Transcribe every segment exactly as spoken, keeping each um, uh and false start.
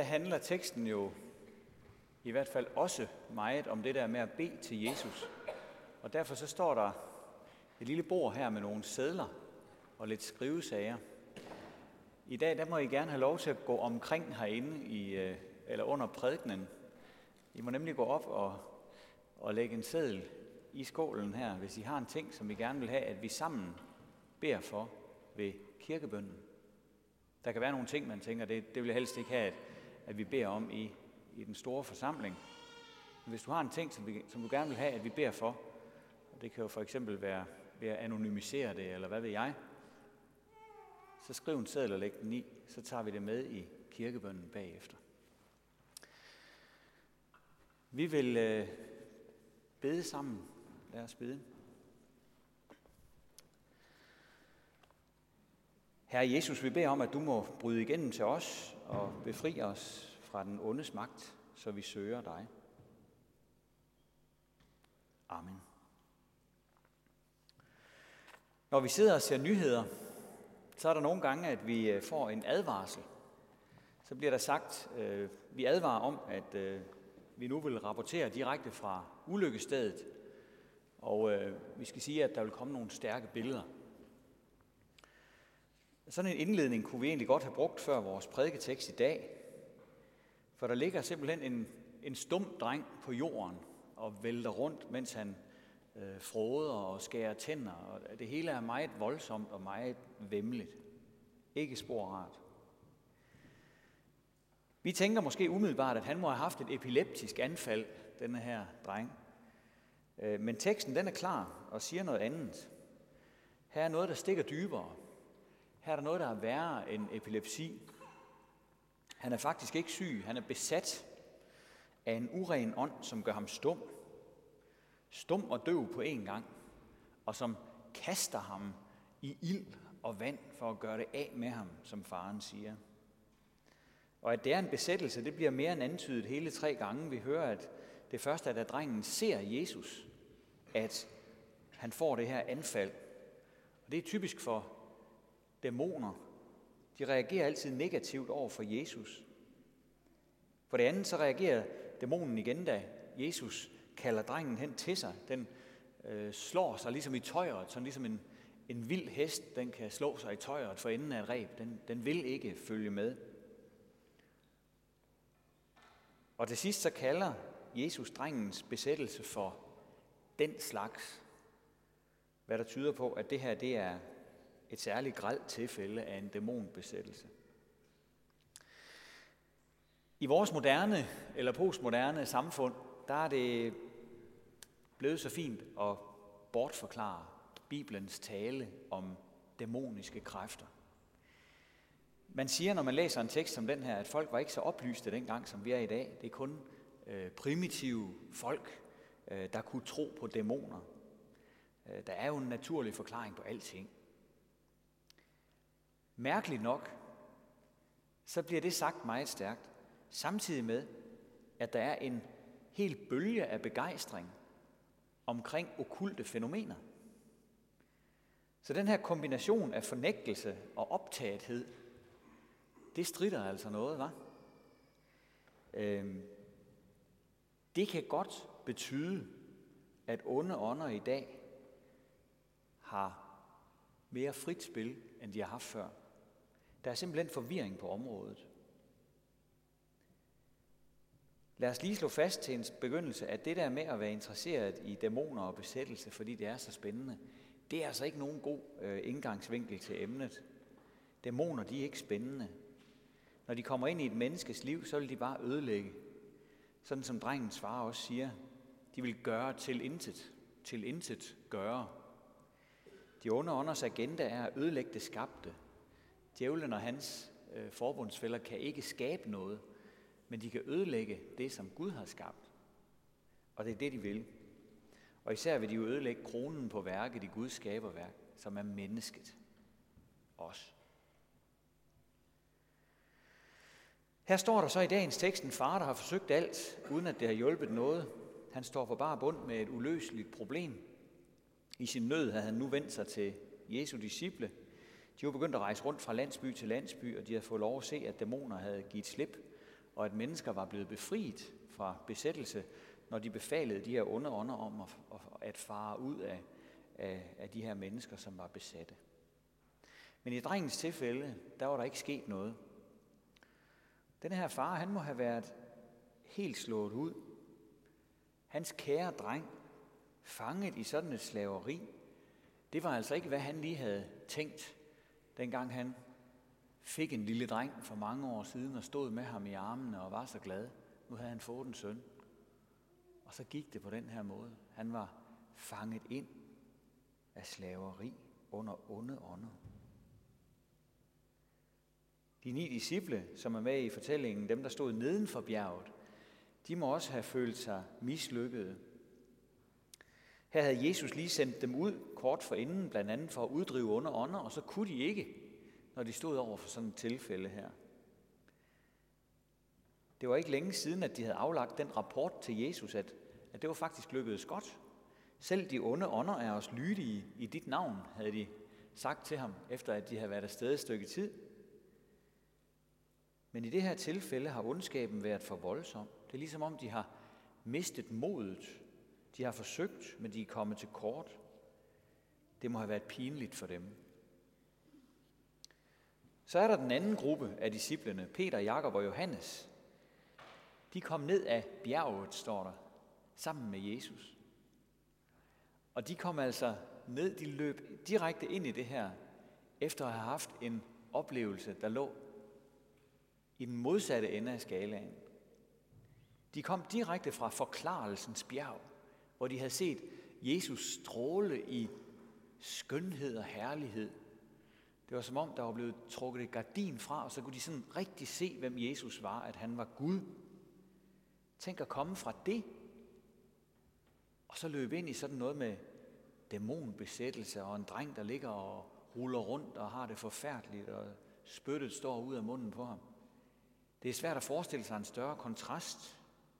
handler teksten jo i hvert fald også meget om det der med at bede til Jesus. Og derfor så står der et lille bord her med nogle sedler og lidt skrivesager. I dag der må I gerne have lov til at gå omkring herinde i, eller under prædikenen. I må nemlig gå op og, og lægge en seddel i skålen her, hvis I har en ting, som I gerne vil have, at vi sammen beder for ved kirkebønnen. Der kan være nogle ting, man tænker, det, det vil jeg helst ikke have, at, at vi beder om i, i den store forsamling. Men hvis du har en ting, som, vi, som du gerne vil have, at vi beder for, og det kan jo for eksempel være ved at anonymisere det, eller hvad ved jeg, så skriv en seddel og læg den i, så tager vi det med i kirkebønnen bagefter. Vi vil øh, bede sammen. Lad os bede. Herre Jesus, vi beder om, at du må bryde igennem til os og befri os fra den ondes magt, så vi søger dig. Amen. Når vi sidder og ser nyheder, så er der nogle gange, at vi får en advarsel. Så bliver der sagt, øh, vi advarer om, at øh, vi nu vil rapportere direkte fra ulykkesstedet, og øh, vi skal sige, at der vil komme nogle stærke billeder. Sådan en indledning kunne vi egentlig godt have brugt før vores prædiketekst i dag, for der ligger simpelthen en, en stum dreng på jorden og vælter rundt, mens han øh, fråder og skærer tænder, og det hele er meget voldsomt og meget væmmeligt. Ikke spor rart. Vi tænker måske umiddelbart, at han må have haft et epileptisk anfald, denne her dreng. Øh, men teksten den er klar og siger noget andet. Her er noget, der stikker dybere. Her er der noget, der er værre end epilepsi. Han er faktisk ikke syg, han er besat af en uren ånd, som gør ham stum. Stum og døv på én gang, og som kaster ham i ild og vand for at gøre det af med ham, som faren siger. Og at det er en besættelse, det bliver mere end antydet hele tre gange. Vi hører, at det første er, da drengen ser Jesus, at han får det her anfald. Og det er typisk for dæmoner. De reagerer altid negativt over for Jesus. For det andet så reagerer dæmonen igen, da Jesus kalder drengen hen til sig. Den øh, slår sig ligesom i tøjret, sådan ligesom en, en vild hest, den kan slå sig i tøjret for enden af et reb. Den, den vil ikke følge med. Og til sidst så kalder Jesus drengens besættelse for den slags, hvad der tyder på, at det her det er et særligt grelt tilfælde af en dæmonbesættelse. I vores moderne eller postmoderne samfund, der er det blevet så fint at bortforklare Bibelens tale om dæmoniske kræfter. Man siger, når man læser en tekst som den her, at folk var ikke så oplyste dengang, som vi er i dag. Det er kun øh, primitive folk, øh, der kunne tro på dæmoner. Øh, der er jo en naturlig forklaring på alting. Mærkeligt nok, så bliver det sagt meget stærkt, samtidig med, at der er en hel bølge af begejstring omkring okkulte fænomener. Så den her kombination af fornægtelse og optagethed, det stritter altså noget, hva'? Øhm, det kan godt betyde, at onde ånder i dag har mere frit spil, end de har haft før. Der er simpelthen forvirring på området. Lad os lige slå fast til en begyndelse, at det der med at være interesseret i dæmoner og besættelse, fordi det er så spændende, det er altså ikke nogen god øh, indgangsvinkel til emnet. Dæmoner, de er ikke spændende. Når de kommer ind i et menneskes liv, så vil de bare ødelægge. Sådan som drengens far også siger, de vil gøre til intet, til intet gøre. De onde ånders agenda er at ødelægge det skabte. Djævlen og hans øh, forbundsfæller kan ikke skabe noget, men de kan ødelægge det, som Gud har skabt. Og det er det, de vil. Og især vil de jo ødelægge kronen på værket i Guds skaberværk, som er mennesket. Os. Her står der så i dagens tekst en far, der har forsøgt alt, uden at det har hjulpet noget. Han står på bar bund med et uløseligt problem. I sin nød havde han nu vendt sig til Jesu disciple. De var begyndt at rejse rundt fra landsby til landsby, og de havde fået lov at se, at dæmoner havde givet slip, og at mennesker var blevet befriet fra besættelse, når de befalede de her onde ånder om at, at fare ud af, af, af de her mennesker, som var besatte. Men i drengens tilfælde, der var der ikke sket noget. Den her far, han må have været helt slået ud. Hans kære dreng, fanget i sådan et slaveri, det var altså ikke, hvad han lige havde tænkt, dengang han fik en lille dreng for mange år siden og stod med ham i armene og var så glad. Nu havde han fået en søn. Og så gik det på den her måde. Han var fanget ind af slaveri under onde ånder. De ni disciple, som er med i fortællingen, dem der stod neden for bjerget, de må også have følt sig mislykkede. Her havde Jesus lige sendt dem ud kort forinden, blandt andet for at uddrive onde ånder, og så kunne de ikke, når de stod over for sådan et tilfælde her. Det var ikke længe siden, at de havde aflagt den rapport til Jesus, at, at det var faktisk lykkedes godt. Selv de onde ånder er os lydige i dit navn, havde de sagt til ham, efter at de havde været afsted et stykke tid. Men i det her tilfælde har ondskaben været for voldsom. Det er ligesom om, de har mistet modet. De har forsøgt, men de er kommet til kort. Det må have været pinligt for dem. Så er der den anden gruppe af disciplene, Peter, Jakob og Johannes. De kom ned af bjerget, står der, sammen med Jesus. Og de kom altså ned, de løb direkte ind i det her, efter at have haft en oplevelse, der lå i den modsatte ende af skalaen. De kom direkte fra forklarelsens bjerg, hvor de havde set Jesus stråle i skønhed og herlighed. Det var som om, der var blevet trukket et gardin fra, og så kunne de sådan rigtig se, hvem Jesus var, at han var Gud. Tænk at komme fra det, og så løbe ind i sådan noget med dæmonbesættelse, og en dreng, der ligger og ruller rundt og har det forfærdeligt, og spyttet står ud af munden på ham. Det er svært at forestille sig en større kontrast.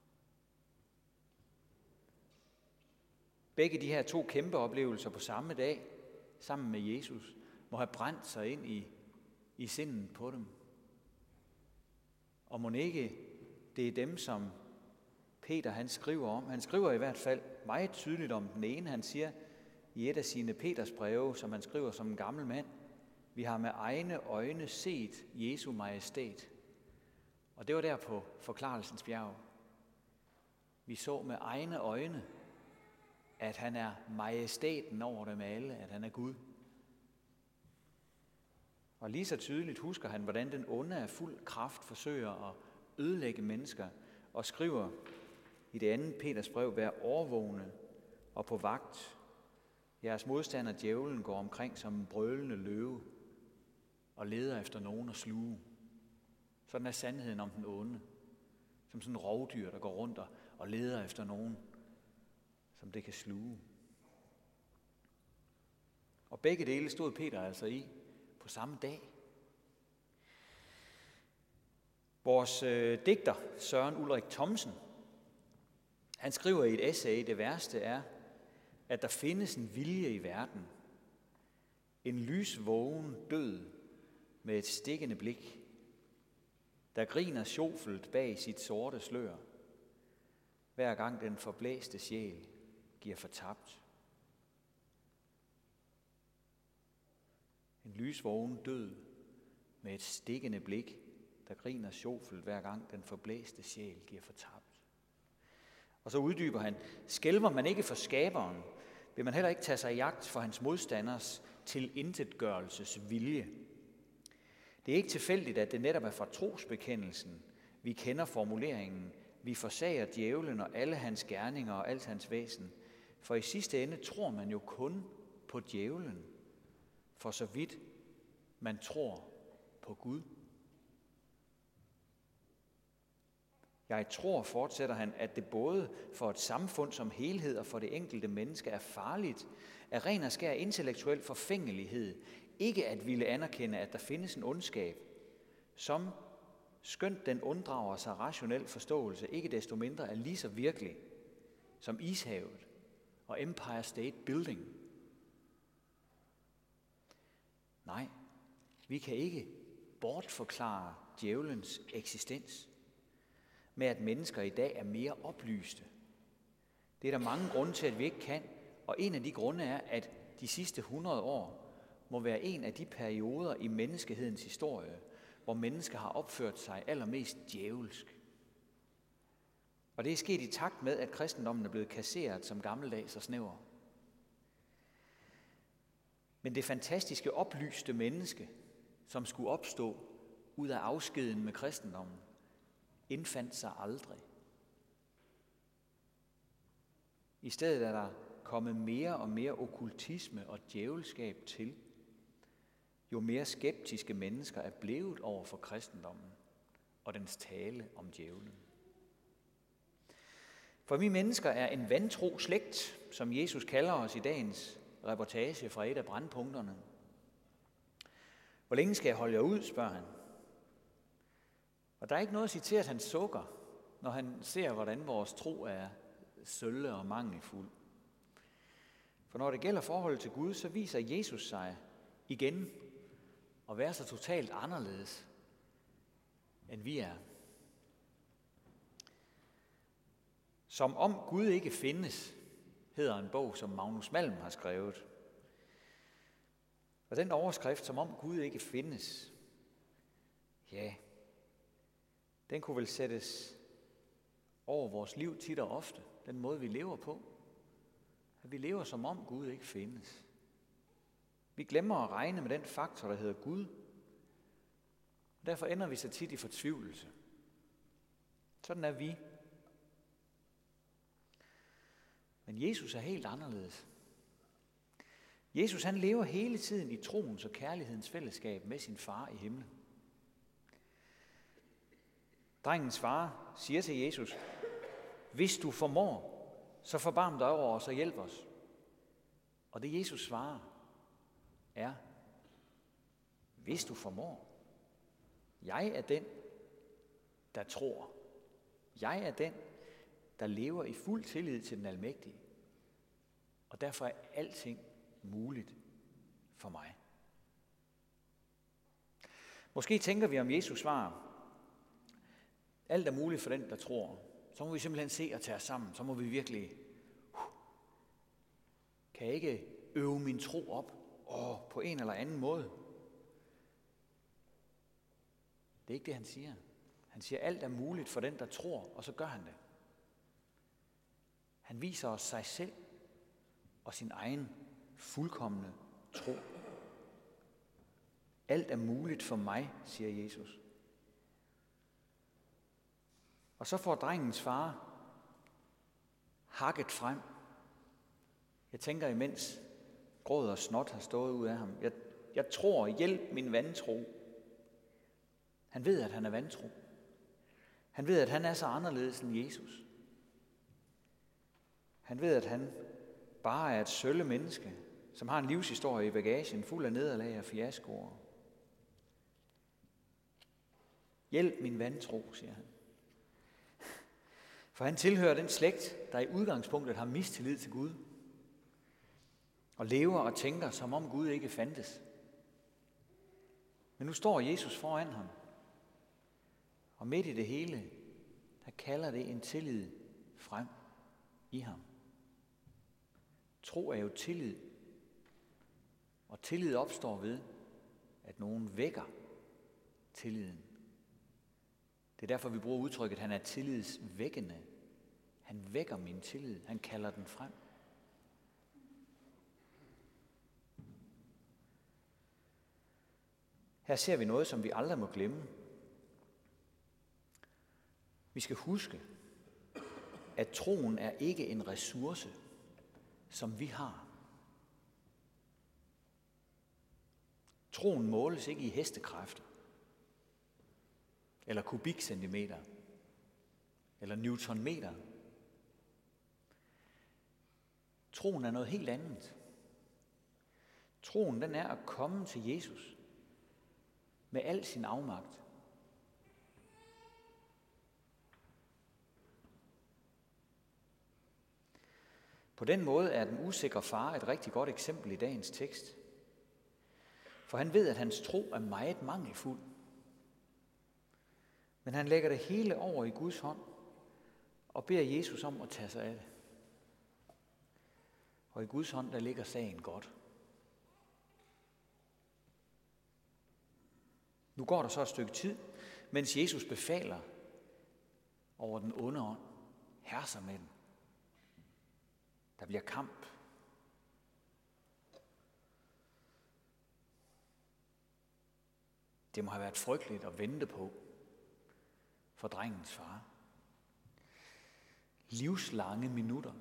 Begge de her to kæmpe oplevelser på samme dag, sammen med Jesus, må have brændt sig ind i, i sinden på dem. Og mon ikke det er dem, som Peter han skriver om. Han skriver i hvert fald meget tydeligt om den ene. Han siger i et af sine Peters breve, som han skriver som en gammel mand, vi har med egne øjne set Jesu majestæt. Og det var der på forklarelsens bjerg. Vi så med egne øjne, at han er majestæten over dem alle, at han er Gud. Og lige så tydeligt husker han, hvordan den onde af fuld kraft forsøger at ødelægge mennesker, og skriver i det andet Peters brev, vær årvågne og på vagt. Jeres modstander djævlen går omkring som en brølende løve og leder efter nogen at sluge. Sådan er sandheden om den onde, som sådan en rovdyr, der går rundt og leder efter nogen, som det kan sluge. Og begge dele stod Peter altså i på samme dag. Vores øh, digter, Søren Ulrik Thomsen, han skriver i et essay, det værste er, at der findes en vilje i verden. En lysvågen død med et stikkende blik, der griner sjofelt bag sit sorte slør, hver gang den forblæste sjæl giver fortabt. En lysvågen død med et stikkende blik, der griner sjofelt hver gang den forblæste sjæl giver fortabt. Og så uddyber han, skælver man ikke for skaberen, vil man heller ikke tage sig i jagt for hans modstanders tilintetgørelses vilje. Det er ikke tilfældigt, at det netop er fra trosbekendelsen, vi kender formuleringen, vi forsager djævlen og alle hans gerninger og alt hans væsen. For i sidste ende tror man jo kun på djævlen, for så vidt man tror på Gud. Jeg tror, fortsætter han, at det både for et samfund som helhed og for det enkelte menneske er farligt, af ren og skær intellektuel forfængelighed, ikke at ville anerkende, at der findes en ondskab, som, skønt den unddrager sig rationel forståelse, ikke desto mindre er lige så virkelig som Ishavet og Empire State Building. Nej, vi kan ikke bortforklare djævelens eksistens. med, at mennesker i dag er mere oplyste. Det er der mange grunde til, at vi ikke kan, og en af de grunde er, at de sidste hundrede år må være en af de perioder i menneskehedens historie, hvor mennesker har opført sig allermest djævelsk. Og det er sket i takt med, at kristendommen er blevet kasseret som gammeldags og snæver. Men det fantastiske oplyste menneske, som skulle opstå ud af afskeden med kristendommen, indfandt sig aldrig. I stedet er der kommet mere og mere okkultisme og djævelskab til, jo mere skeptiske mennesker er blevet over for kristendommen og dens tale om djævlen. For vi mennesker er en vantro slægt, som Jesus kalder os i dagens reportage fra et af brandpunkterne. Hvor længe skal jeg holde jer ud, spørger han. Og der er ikke noget at sige til, at han sukker, når han ser, hvordan vores tro er sølle og mangelfuld. For når det gælder forholdet til Gud, så viser Jesus sig igen at være så totalt anderledes, end vi er. Som om Gud ikke findes, hedder en bog, som Magnus Malm har skrevet. Og den overskrift, som om Gud ikke findes, ja, den kunne vel sættes over vores liv tit og ofte. Den måde, vi lever på. At vi lever, som om Gud ikke findes. Vi glemmer at regne med den faktor, der hedder Gud. Og derfor ender vi så tit i fortvivlelse. Sådan er vi. Men Jesus er helt anderledes. Jesus han lever hele tiden i troens og kærlighedens fællesskab med sin far i himlen. Drengens far siger til Jesus, hvis du formår, så forbarm dig over os og hjælp os. Og det Jesus svarer er, hvis du formår. Jeg er den, der tror. Jeg er den, der lever i fuld tillid til den almægtige. Og derfor er alting muligt for mig. Måske tænker vi om Jesus svar, alt er muligt for den, der tror. Så må vi simpelthen se og tage os sammen. Så må vi virkelig, uh, kan jeg ikke øve min tro op og på en eller anden måde. Det er ikke det, han siger. Han siger, alt er muligt for den, der tror, og så gør han det. Han viser os sig selv og sin egen fuldkomne tro. Alt er muligt for mig, siger Jesus. Og så får drengens far hakket frem. Jeg tænker imens gråd og snot har stået ud af ham. Jeg, jeg tror, hjælp min vantro. Han ved, at han er vantro. Han ved, at han er så anderledes end Jesus. Han ved, at han bare er et sølle menneske, som har en livshistorie i bagagen, fuld af nederlag og fiaskoer. Hjælp min vantro, siger han. For han tilhører den slægt, der i udgangspunktet har mistillid til Gud, og lever og tænker, som om Gud ikke fandtes. Men nu står Jesus foran ham, og midt i det hele, der kalder det en tillid frem i ham. Tro er jo tillid, og tillid opstår ved, at nogen vækker tilliden. Det er derfor, vi bruger udtrykket, at han er tillidsvækkende. Han vækker min tillid. Han kalder den frem. Her ser vi noget, som vi aldrig må glemme. Vi skal huske, at troen er ikke en ressource, som vi har. Troen måles ikke i hestekræfter, eller kubikcentimeter, eller newtonmeter. Troen er noget helt andet. Troen, den er at komme til Jesus med al sin afmagt. På den måde er den usikre far et rigtig godt eksempel i dagens tekst. For han ved, at hans tro er meget mangelfuld. Men han lægger det hele over i Guds hånd og beder Jesus om at tage sig af det. Og i Guds hånd, der ligger sagen godt. Nu går der så et stykke tid, mens Jesus befaler over den onde ånd, herser med den. Der bliver kamp. Det må have været frygteligt at vente på for drengens far. Livslange minutter.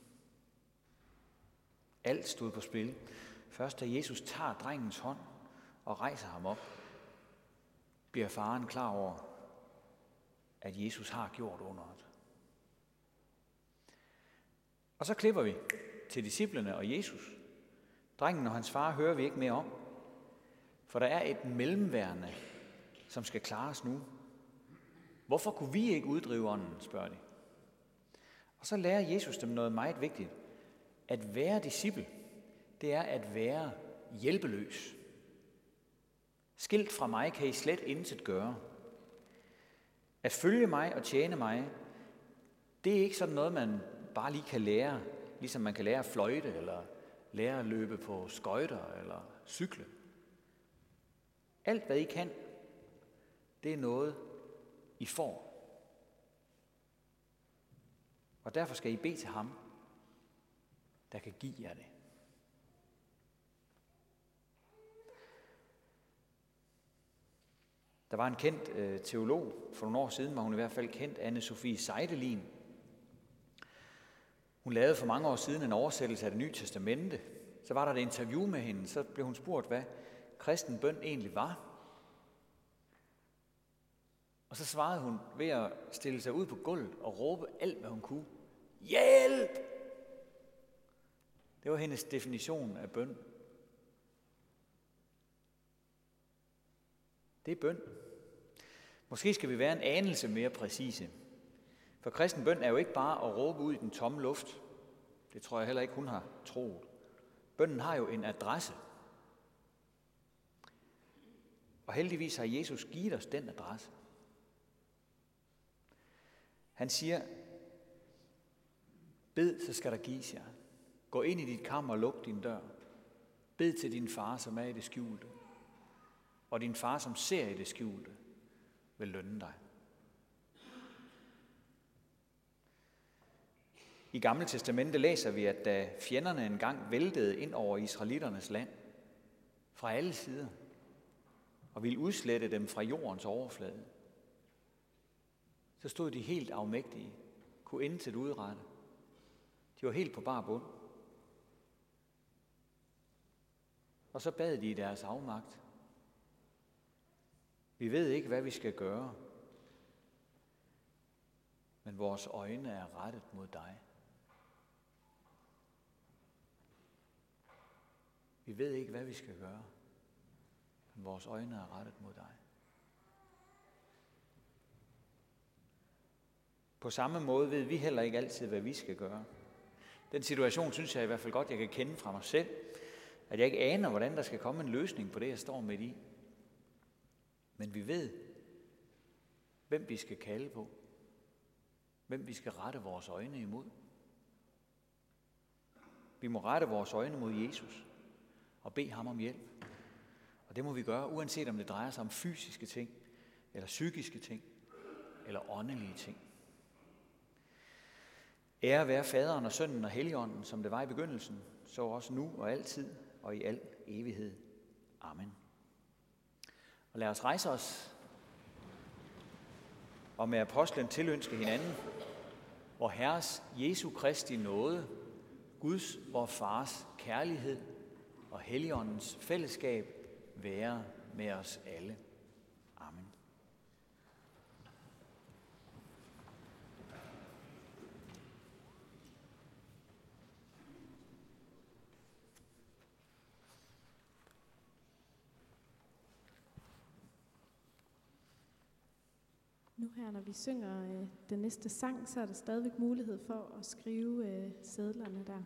Alt stod på spil. Først da Jesus tager drengens hånd og rejser ham op, bliver faren klar over, at Jesus har gjort underet. Og så klipper vi til disciplene og Jesus. Drengen og hans far hører vi ikke mere om, for der er et mellemværende, som skal klares nu. Hvorfor kunne vi ikke uddrive ånden, spørger de. Og så lærer Jesus dem noget meget vigtigt. At være disciple, det er at være hjælpeløs. Skilt fra mig kan I slet intet gøre. At følge mig og tjene mig, det er ikke sådan noget, man bare lige kan lære, ligesom man kan lære at fløjte, eller lære at løbe på skøjter, eller cykle. Alt, hvad I kan, det er noget, I får. Og derfor skal I bede til ham, der kan give jer det. Der var en kendt øh, teolog, for nogle år siden var hun i hvert fald kendt, Anne-Sophie Seidelin. Hun lavede for mange år siden en oversættelse af Det Nye Testamente. Så var der et interview med hende, så blev hun spurgt, hvad kristen bøn egentlig var. Og så svarede hun ved at stille sig ud på gulvet og råbe alt, hvad hun kunne. Hjælp! Det var hendes definition af bøn. Det er bøn. Måske skal vi være en anelse mere præcise. For kristen bøn er jo ikke bare at råbe ud i den tomme luft. Det tror jeg heller ikke, hun har troet. Bønnen har jo en adresse. Og heldigvis har Jesus givet os den adresse. Han siger, bed, så skal der gives jer. Gå ind i dit kammer og luk din dør. Bed til din far, som er i det skjulte. Og din far, som ser i det skjulte, vil lønne dig. I Gamle Testamente læser vi, at da fjenderne engang væltede ind over israeliternes land, fra alle sider, og ville udslette dem fra jordens overflade, så stod de helt afmægtige, kunne intet udrette. De var helt på bar bund. Og så bad de i deres afmagt. Vi ved ikke, hvad vi skal gøre, men vores øjne er rettet mod dig. Vi ved ikke, hvad vi skal gøre, men vores øjne er rettet mod dig. På samme måde ved vi heller ikke altid, hvad vi skal gøre. Den situation synes jeg i hvert fald godt, jeg kan kende fra mig selv, at jeg ikke aner, hvordan der skal komme en løsning på det, jeg står midt i. Men vi ved, hvem vi skal kalde på, hvem vi skal rette vores øjne imod. Vi må rette vores øjne mod Jesus og bede ham om hjælp. Og det må vi gøre, uanset om det drejer sig om fysiske ting, eller psykiske ting, eller åndelige ting. Ære være faderen og sønnen og helligånden, som det var i begyndelsen, så også nu og altid og i al evighed. Amen. Og lad os rejse os og med apostlen tilønske hinanden, vor Herres Jesu Kristi nåde, Guds, vor Fars kærlighed og Helligåndens fællesskab være med os alle. Amen. Nu her, når vi synger øh, den næste sang, så er der stadigvæk mulighed for at skrive øh, sedlerne der.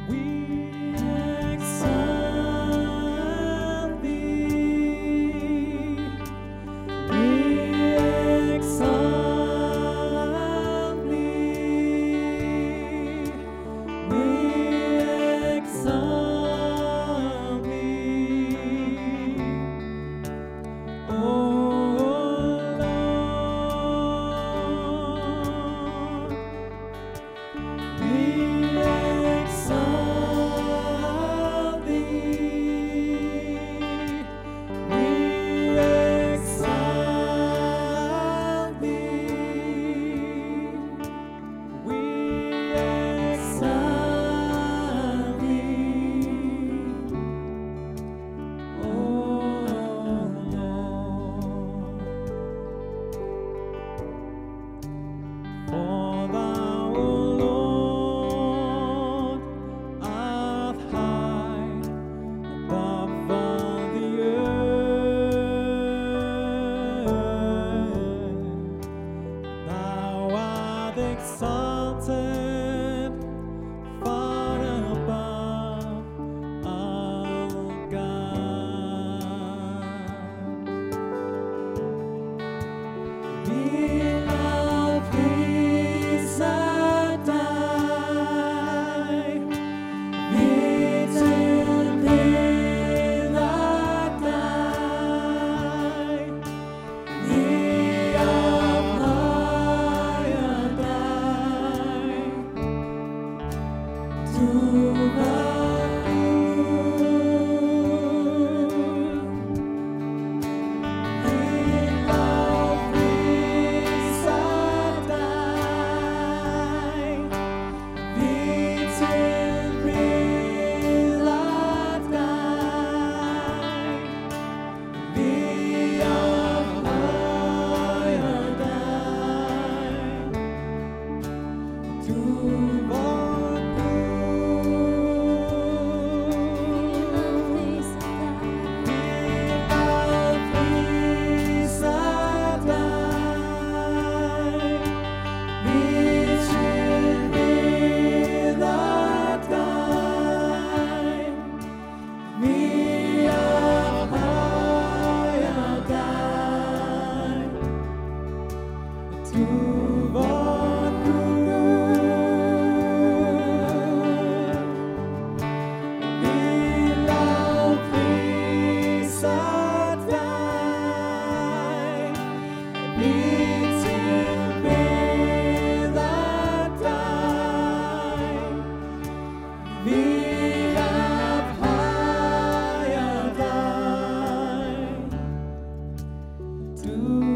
To